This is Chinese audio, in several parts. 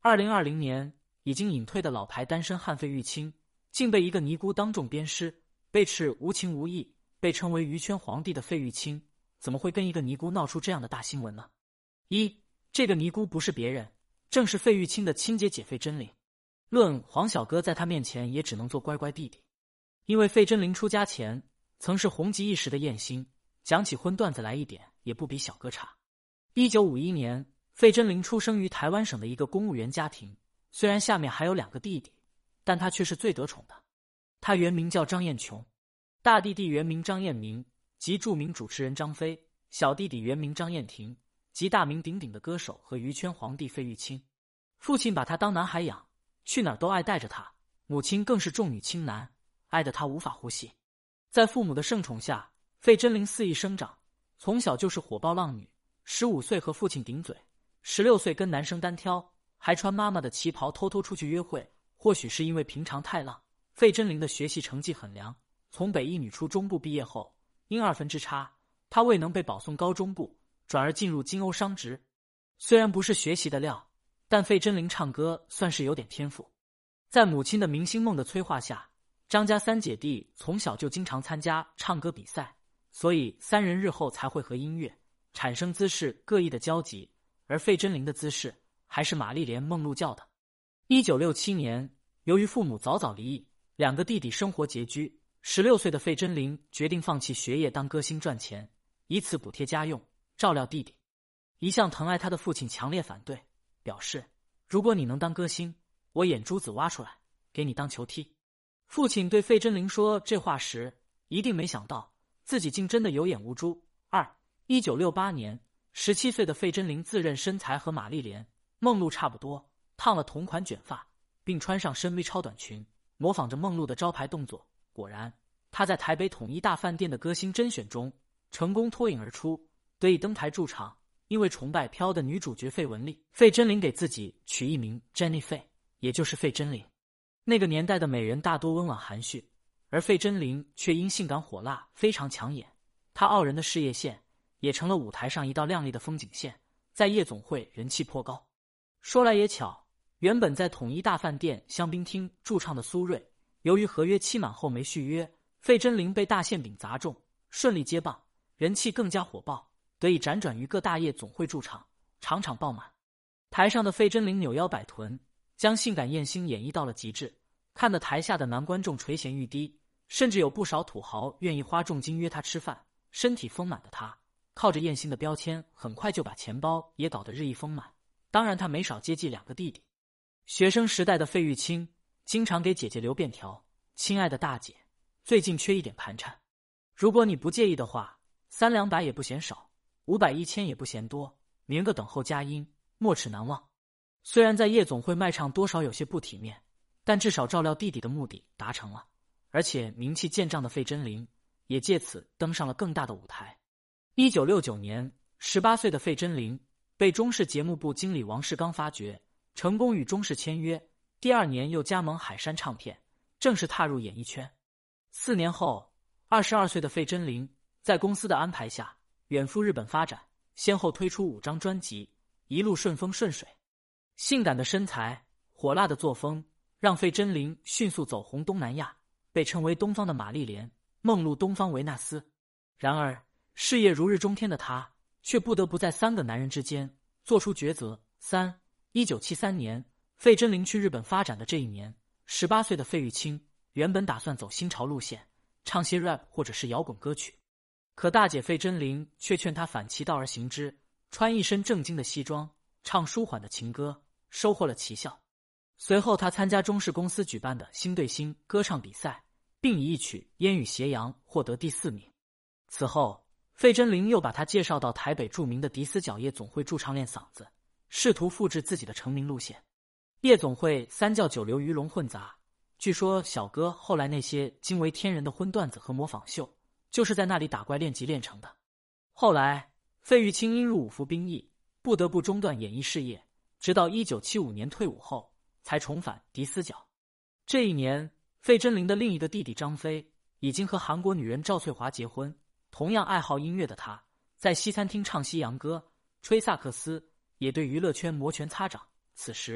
2020年已经隐退的老牌单身汉费玉清，竟被一个尼姑当众鞭尸，被斥无情无义，被称为鱼圈皇帝的费玉清，怎么会跟一个尼姑闹出这样的大新闻呢？这个尼姑不是别人，正是费玉清的亲姐姐费贞菱。论黄小哥在他面前也只能做乖乖弟弟，因为费贞菱出家前曾是红极一时的艳星，讲起荤段子来一点也不比小哥差。1951年，费贞菱出生于台湾省的一个公务员家庭，虽然下面还有2个弟弟，但他却是最得宠的。他原名叫张彦琼，大弟弟原名张彦明，即著名主持人张飞；小弟弟原名张彦廷，即大名鼎鼎的歌手和鱼圈皇帝费玉清。父亲把他当男孩养，去哪儿都爱带着他，母亲更是重女轻男，爱得他无法呼吸。在父母的盛宠下，费贞菱肆意生长，从小就是火爆浪女，15岁和父亲顶嘴，16岁跟男生单挑，还穿妈妈的旗袍偷偷出去约会。或许是因为平常太浪，费贞菱的学习成绩很良，从北一女初中部毕业后，因2分之差，她未能被保送高中部，转而进入金瓯商职。虽然不是学习的料，但费贞菱唱歌算是有点天赋。在母亲的明星梦的催化下，张家3姐弟从小就经常参加唱歌比赛，所以3人日后才会和音乐产生姿势各异的交集，而费贞菱的姿势还是玛丽莲梦露教的。1967年，由于父母早早离异，2个弟弟生活拮据，16岁的费贞菱决定放弃学业当歌星赚钱，以此补贴家用，照料弟弟。一向疼爱他的父亲强烈反对，表示如果你能当歌星，我眼珠子挖出来给你当球踢。父亲对费贞菱说这话时，一定没想到自己竟真的有眼无珠。1968年，17岁的费贞菱自认身材和玛丽莲梦露差不多，烫了同款卷发，并穿上深 V 超短裙，模仿着梦露的招牌动作。果然，她在台北统一大饭店的歌星甄选中成功脱颖而出，得以登台驻场。因为崇拜飘的女主角费雯丽，费贞菱给自己取艺名 Jenny 费，也就是费贞菱。那个年代的美人大多温婉含蓄，而费贞菱却因性感火辣非常抢眼。她傲人的事业线也成了舞台上一道亮丽的风景线，在夜总会人气颇高。说来也巧，原本在统一大饭店香槟厅驻唱的苏芮，由于合约期满后没续约，费贞菱被大馅饼砸中，顺利接棒，人气更加火爆，得以辗转于各大夜总会驻场，场场爆满。台上的费贞菱扭腰摆臀，将性感艳星演绎到了极致，看得台下的男观众垂涎欲滴，甚至有不少土豪愿意花重金约她吃饭。身体丰满的她，靠着艳星的标签，很快就把钱包也搞得日益丰满。当然，她没少接济2个弟弟。学生时代的费玉清经常给姐姐留便条：“亲爱的大姐，最近缺一点盘缠，如果你不介意的话，300-200也不嫌少，500-1000也不嫌多，明个等候佳音，没齿难忘。”虽然在夜总会卖唱多少有些不体面，但至少照料弟弟的目的达成了，而且名气见长的费贞菱也借此登上了更大的舞台。1969年，18岁的费贞菱被中视节目部经理王世刚发掘，成功与中视签约。第2年又加盟海山唱片，正式踏入演艺圈。4年后，22岁的费贞菱在公司的安排下远赴日本发展，先后推出5张专辑，一路顺风顺水。性感的身材，火辣的作风，让费贞菱迅速走红东南亚，被称为东方的玛丽莲，梦露东方维纳斯。然而事业如日中天的她，却不得不在3个男人之间做出抉择。1973年，费贞菱去日本发展的这一年，18岁的费玉清原本打算走新潮路线，唱些 rap 或者是摇滚歌曲，可大姐费贞菱却劝他反其道而行之，穿一身正经的西装，唱舒缓的情歌，收获了奇效。随后他参加中视公司举办的星对星歌唱比赛，并以一曲《烟雨斜阳》获得第4名。此后费贞菱又把他介绍到台北著名的迪斯角夜总会驻唱练嗓子，试图复制自己的成名路线。夜总会3教9流鱼龙混杂，据说小哥后来那些惊为天人的荤段子和模仿秀，就是在那里打怪练级练成的。后来费玉清因入伍服兵役，不得不中断演艺事业，直到1975年退伍后才重返迪斯角。这一年，费贞菱的另一个弟弟张飞已经和韩国女人赵翠华结婚。同样爱好音乐的他，在西餐厅唱西洋歌、吹萨克斯，也对娱乐圈摩拳擦掌。此时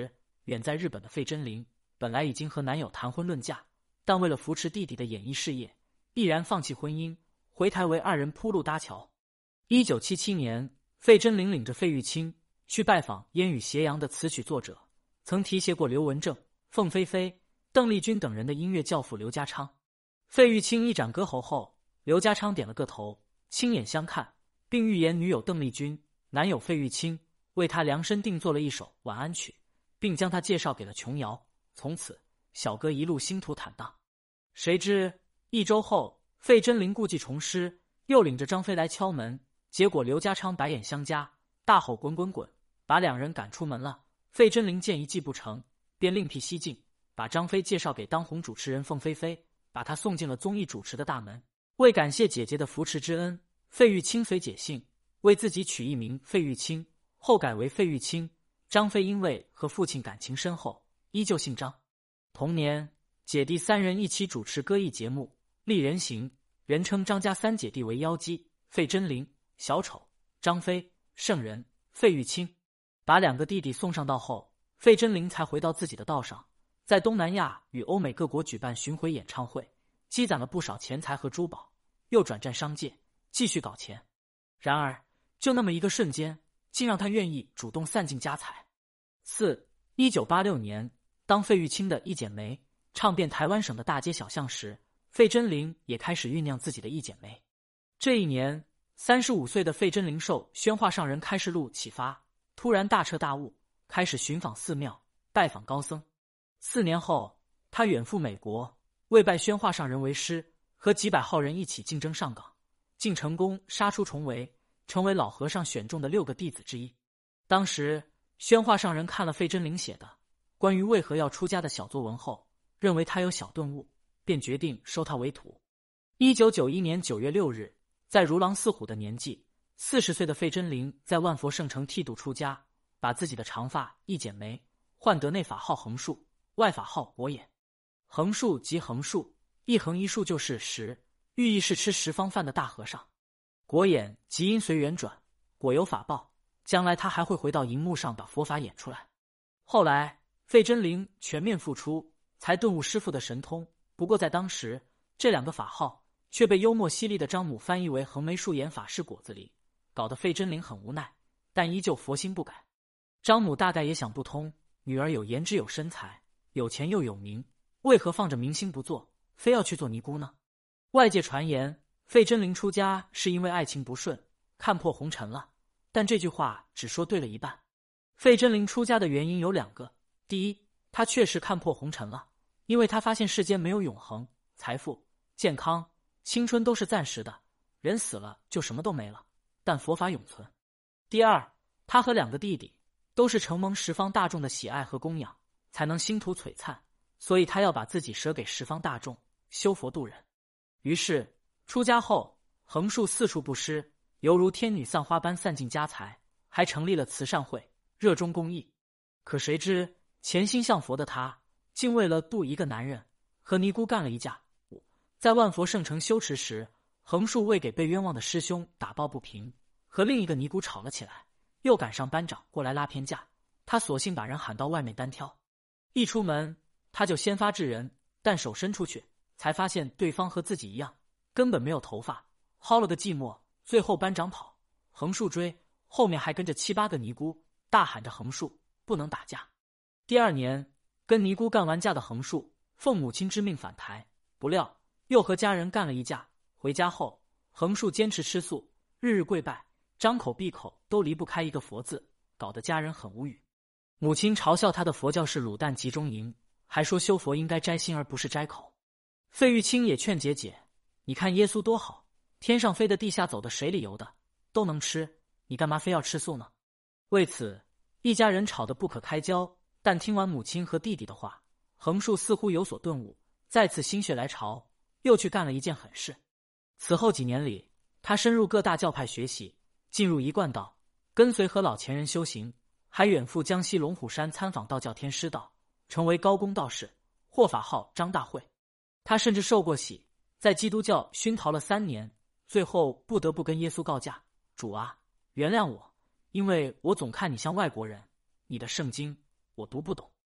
远在日本的费贞菱，本来已经和男友谈婚论嫁，但为了扶持弟弟的演艺事业，毅然放弃婚姻，回台为二人铺路搭桥。1977年，费贞菱领着费玉清去拜访烟雨斜阳的词曲作者，曾提携过刘文正、凤飞飞、邓丽君等人的音乐教父刘家昌。费玉清一展歌喉后，刘家昌点了个头，亲眼相看，并预言女友邓丽君、男友费玉清为他量身定做了一首晚安曲，并将他介绍给了琼瑶。从此，小哥一路星途坦荡。谁知1周后，费贞菱故技重施，又领着张飞来敲门，结果刘家昌白眼相加，大吼滚滚滚，把两人赶出门了。费贞菱见一计不成，便另辟蹊径，把张飞介绍给当红主持人凤飞飞，把他送进了综艺主持的大门。为感谢姐姐的扶持之恩，费玉清随解姓，为自己取艺名费玉清，后改为费玉清。张飞因为和父亲感情深厚，依旧姓张。同年，姐弟三人一起主持歌艺节目《丽人行》，人称张家三姐弟为妖姬：费贞菱、小丑、张飞、圣人、费玉清。把两个弟弟送上道后，费贞菱才回到自己的道上，在东南亚与欧美各国举办巡回演唱会，积攒了不少钱财和珠宝，又转战商界，继续搞钱。然而，就那么一个瞬间，竟让他愿意主动散尽家财。1986年，当费玉清的《一剪梅》唱遍台湾省的大街小巷时，费贞菱也开始酝酿自己的《一剪梅》。这一年，35岁的费贞菱受宣化上人开示录启发，突然大彻大悟，开始寻访寺庙，拜访高僧。4年后，他远赴美国，为拜宣化上人为师，和几百号人一起竞争上岗，竟成功杀出重围，成为老和尚选中的6个弟子之一。当时，宣化上人看了费贞菱写的关于为何要出家的小作文后，认为他有小顿悟，便决定收他为徒。1991年9月6日，在如狼似虎的年纪，40岁的费贞菱在万佛圣城剃度出家，把自己的长发一剪梅，换得内法号横树，外法号果眼。横树即横树，一横一竖就是10，寓意是吃10方饭的大和尚。果眼即因随缘转，果有法报，将来他还会回到荧幕上把佛法演出来。后来费贞菱全面复出，才顿悟师父的神通。不过在当时，这2个法号却被幽默犀利的张母翻译为横眉竖眼法师果子狸，搞得费贞菱很无奈，但依旧佛心不改。张母大概也想不通，女儿有颜值有身材，有钱又有名，为何放着明星不做，非要去做尼姑呢？外界传言费贞菱出家是因为爱情不顺，看破红尘了，但这句话只说对了一半。费贞菱出家的原因有2个，第一，她确实看破红尘了，因为她发现世间没有永恒，财富、健康、青春都是暂时的，人死了就什么都没了，但佛法永存。第二，她和2个弟弟都是承蒙十方大众的喜爱和供养，才能星途璀璨，所以她要把自己舍给十方大众，修佛度人。于是出家后，横竖四处布施，犹如天女散花般散尽家财，还成立了慈善会，热衷公益。可谁知潜心向佛的他，竟为了度一个男人，和尼姑干了一架。在万佛圣城修持时，横竖为给被冤枉的师兄打抱不平，和另一个尼姑吵了起来，又赶上班长过来拉偏架，他索性把人喊到外面单挑。一出门，他就先发制人，但手伸出去，才发现对方和自己一样，根本没有头发，薅了个寂寞。最后班长跑，横竖追，后面还跟着7、8个尼姑，大喊着横竖不能打架。第2年，跟尼姑干完架的横竖奉母亲之命返台，不料又和家人干了一架。回家后，横竖坚持吃素，日日跪拜，张口闭口都离不开一个佛字，搞得家人很无语。母亲嘲笑他的佛教是卤蛋集中营，还说修佛应该摘心而不是摘口。费玉清也劝姐姐，你看耶稣多好，天上飞的地下走的水里游的都能吃，你干嘛非要吃素呢？为此一家人吵得不可开交，但听完母亲和弟弟的话，横竖似乎有所顿悟，再次心血来潮，又去干了一件狠事。此后几年里，他深入各大教派学习，进入一贯道，跟随和老前人修行，还远赴江西龙虎山参访道教天师道，成为高功道士，获法号张大慧。他甚至受过洗，在基督教熏陶了3年，最后不得不跟耶稣告假，主啊，原谅我，因为我总看你像外国人，你的圣经我读不懂。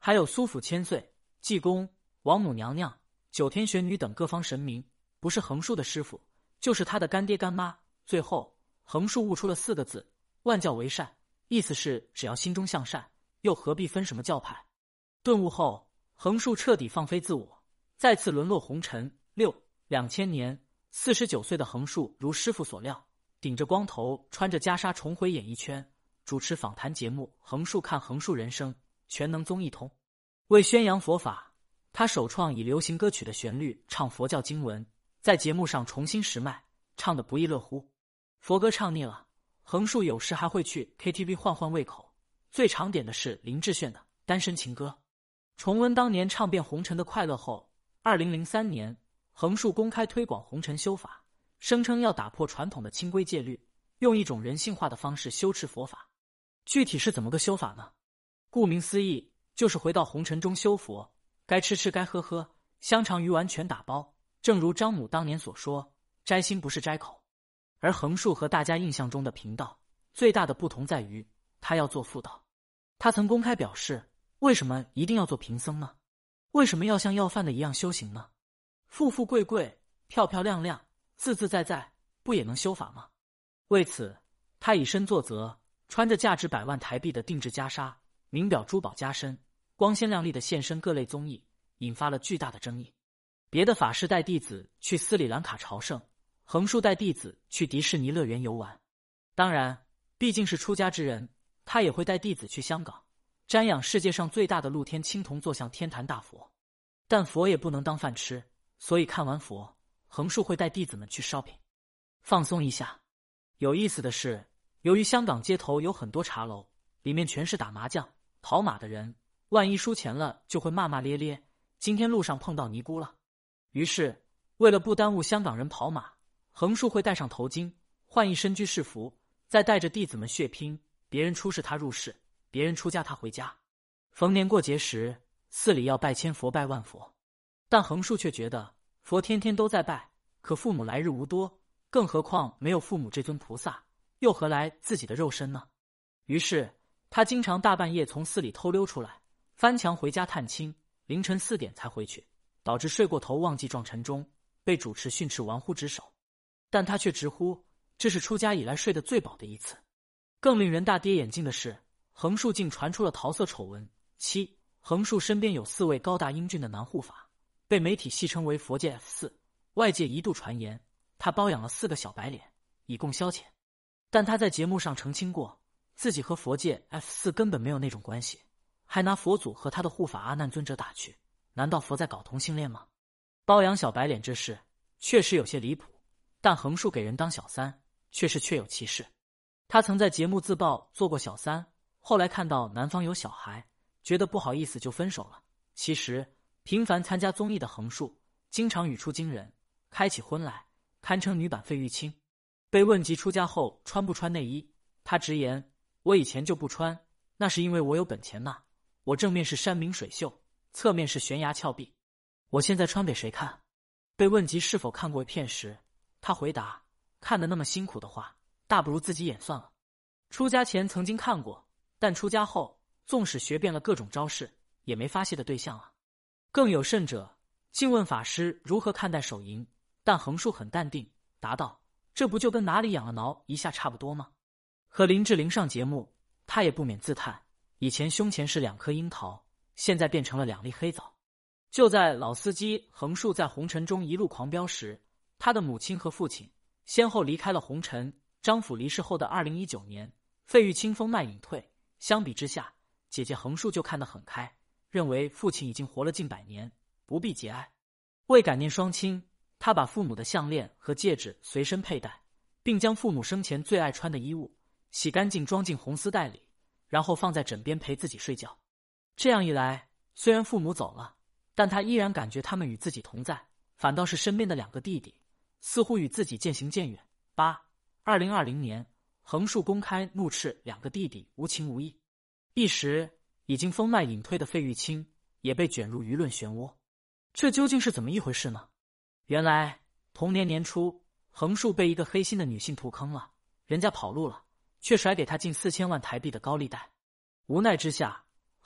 还有苏府千岁、济公、王母娘娘、九天玄女等各方神明，不是横竖的师傅，就是他的干爹干妈。最后，横竖悟出了4个字：万教为善，意思是只要心中向善，又何必分什么教派？顿悟后，横竖彻底放飞自我，再次沦落红尘。2000年，49岁的横竖如师傅所料，顶着光头，穿着袈裟重回演艺圈，主持访谈节目《横竖看横竖人生》全能综艺通。为宣扬佛法，他首创以流行歌曲的旋律唱佛教经文，在节目上重新拾麦，唱得不亦乐乎。佛歌唱腻了，横竖有时还会去 KTV 换换胃口，最常点的是林志炫的《单身情歌》。重温当年唱遍红尘的快乐后，2003年，横竖公开推广红尘修法，声称要打破传统的清规戒律，用一种人性化的方式修持佛法。具体是怎么个修法呢？顾名思义，就是回到红尘中修佛，该吃吃该喝喝，香肠鱼丸全打包。正如张母当年所说，摘心不是摘口。而横竖和大家印象中的贫道最大的不同在于，他要做妇道。他曾公开表示，为什么一定要做贫僧呢？为什么要像要饭的一样修行呢？富富贵贵，漂漂亮亮，自自在在，不也能修法吗？为此，他以身作则，穿着价值100万台币的定制袈裟，名表珠宝加身，光鲜亮丽的现身各类综艺，引发了巨大的争议。别的法师带弟子去斯里兰卡朝圣，横竖带弟子去迪士尼乐园游玩。当然，毕竟是出家之人，他也会带弟子去香港瞻仰世界上最大的露天青铜坐像天坛大佛。但佛也不能当饭吃，所以看完佛，横竖会带弟子们去 shopping， 放松一下。有意思的是，由于香港街头有很多茶楼，里面全是打麻将、跑马的人，万一输钱了就会骂骂咧咧，今天路上碰到尼姑了。于是，为了不耽误香港人跑马，横竖会戴上头巾，换一身居士服，再带着弟子们血拼，别人出世他入世，别人出家他回家。逢年过节时，寺里要拜千佛拜万佛，但横竖却觉得佛天天都在拜，可父母来日无多，更何况没有父母这尊菩萨，又何来自己的肉身呢？于是他经常大半夜从寺里偷溜出来，翻墙回家探亲，凌晨4点才回去，导致睡过头忘记撞晨钟，被主持训斥玩忽职守。但他却直呼这是出家以来睡得最饱的一次。更令人大跌眼镜的是，横竖竟传出了桃色丑闻。横竖身边有4位高大英俊的男护法，被媒体戏称为佛界 F4， 外界一度传言他包养了4个小白脸以供消遣。但他在节目上澄清过，自己和佛界 F4 根本没有那种关系，还拿佛祖和他的护法阿难尊者打趣，难道佛在搞同性恋吗？包养小白脸这事确实有些离谱，但横竖给人当小三却是确有其事。他曾在节目自曝做过小三，后来看到男方有小孩，觉得不好意思就分手了。其实频繁参加综艺的横竖经常语出惊人，开起荤来堪称女版费玉清。被问及出家后穿不穿内衣，他直言，我以前就不穿，那是因为我有本钱呐，我正面是山明水秀，侧面是悬崖峭壁，我现在穿给谁看？被问及是否看过片时，他回答，看得那么辛苦的话，大不如自己演算了。出家前曾经看过，但出家后纵使学遍了各种招式，也没发泄的对象啊。更有甚者，竟问法师如何看待手淫，但横竖很淡定，答道，这不就跟哪里痒了挠一下差不多吗？和林志玲上节目，他也不免自叹，以前胸前是2颗樱桃，现在变成了2粒黑枣。就在老司机横竖在红尘中一路狂飙时，他的母亲和父亲先后离开了红尘。张府离世后的2019年，费玉清封脉隐退，相比之下，姐姐横竖就看得很开，认为父亲已经活了近100年，不必节哀。为感念双亲，他把父母的项链和戒指随身佩戴，并将父母生前最爱穿的衣物洗干净装进红丝袋里，然后放在枕边陪自己睡觉。这样一来，虽然父母走了，但他依然感觉他们与自己同在，反倒是身边的2个弟弟似乎与自己渐行渐远。2020年，横竖公开怒斥2个弟弟无情无义，一时已经封脉隐退的费玉清也被卷入舆论漩涡。这究竟是怎么一回事呢？原来同年年初，横竖被一个黑心的女性屠坑了，人家跑路了，却甩给他近4000万台币的高利贷。无奈之下，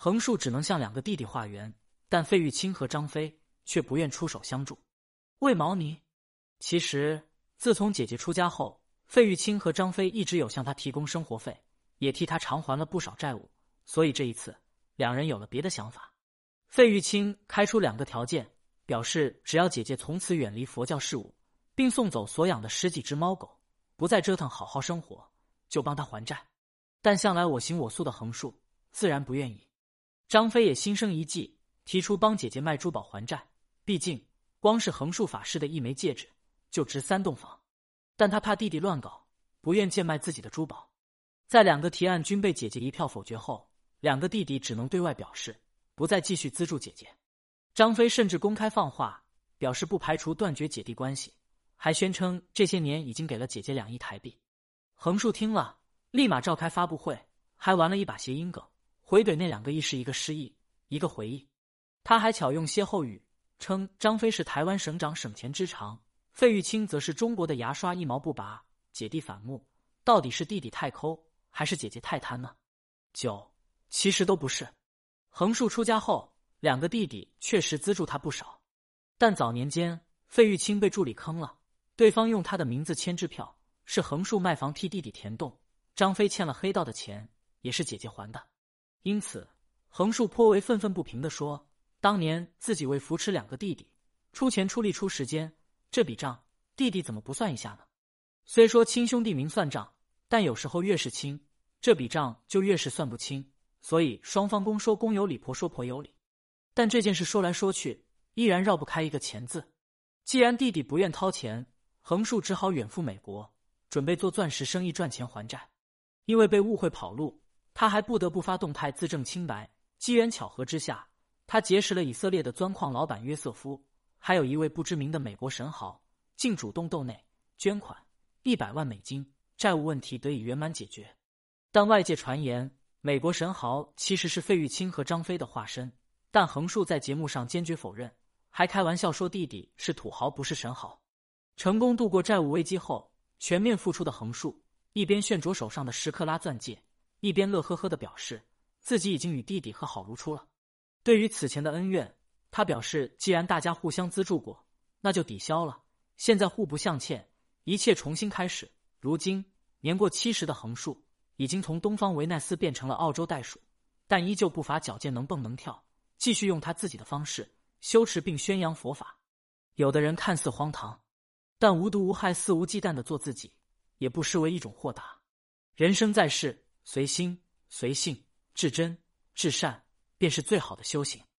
横竖只能向两个弟弟化缘，但费玉清和张飞却不愿出手相助。为毛呢？其实自从姐姐出家后，费玉清和张飞一直有向他提供生活费，也替他偿还了不少债务，所以这一次两人有了别的想法。费玉清开出2个条件，表示只要姐姐从此远离佛教事务，并送走所养的10几只猫狗，不再折腾，好好生活，就帮他还债。但向来我行我素的横竖自然不愿意。张飞也心生一计，提出帮姐姐卖珠宝还债，毕竟光是横竖法师的1枚戒指就值3栋房，但他怕弟弟乱搞，不愿贱卖自己的珠宝。在2个提案均被姐姐一票否决后，2个弟弟只能对外表示不再继续资助姐姐。张飞甚至公开放话，表示不排除断绝姐弟关系，还宣称这些年已经给了姐姐2亿台币。横竖听了，立马召开发布会，还玩了一把谐音梗，回怼那2个意是一个失忆，一个回忆。他还巧用歇后语，称张飞是台湾省长省钱之长，费玉清则是中国的牙刷一毛不拔。姐弟反目，到底是弟弟太抠，还是姐姐太贪呢？其实都不是。横竖出家后，2个弟弟确实资助他不少，但早年间费玉清被助理坑了，对方用他的名字签支票，是横竖卖房替弟弟填洞，张飞欠了黑道的钱也是姐姐还的。因此横竖颇为愤愤不平地说，当年自己为扶持2个弟弟，出钱出力出时间，这笔账弟弟怎么不算一下呢？虽说亲兄弟明算账，但有时候越是亲，这笔账就越是算不清，所以双方公说公有理，婆说婆有理。但这件事说来说去，依然绕不开一个钱字。既然弟弟不愿掏钱，横竖只好远赴美国，准备做钻石生意赚钱还债。因为被误会跑路，他还不得不发动态自证清白。机缘巧合之下，他结识了以色列的钻矿老板约瑟夫，还有一位不知名的美国神豪，竟主动斗内捐款100万美金，债务问题得以圆满解决。但外界传言美国神豪其实是费玉清和张飞的化身，但横竖在节目上坚决否认，还开玩笑说弟弟是土豪不是神豪。成功度过债务危机后，全面复出的横竖一边炫着手上的10克拉钻戒，一边乐呵呵地表示自己已经与弟弟和好如初了。对于此前的恩怨，他表示既然大家互相资助过，那就抵消了，现在互不相欠，一切重新开始。如今年过70的横竖已经从东方维奈斯变成了澳洲袋鼠，但依旧不乏矫健能蹦能跳，继续用他自己的方式修持并宣扬佛法。有的人看似荒唐，但无毒无害肆无忌惮地做自己，也不失为一种豁达。人生在世，随心随性至真至善便是最好的修行。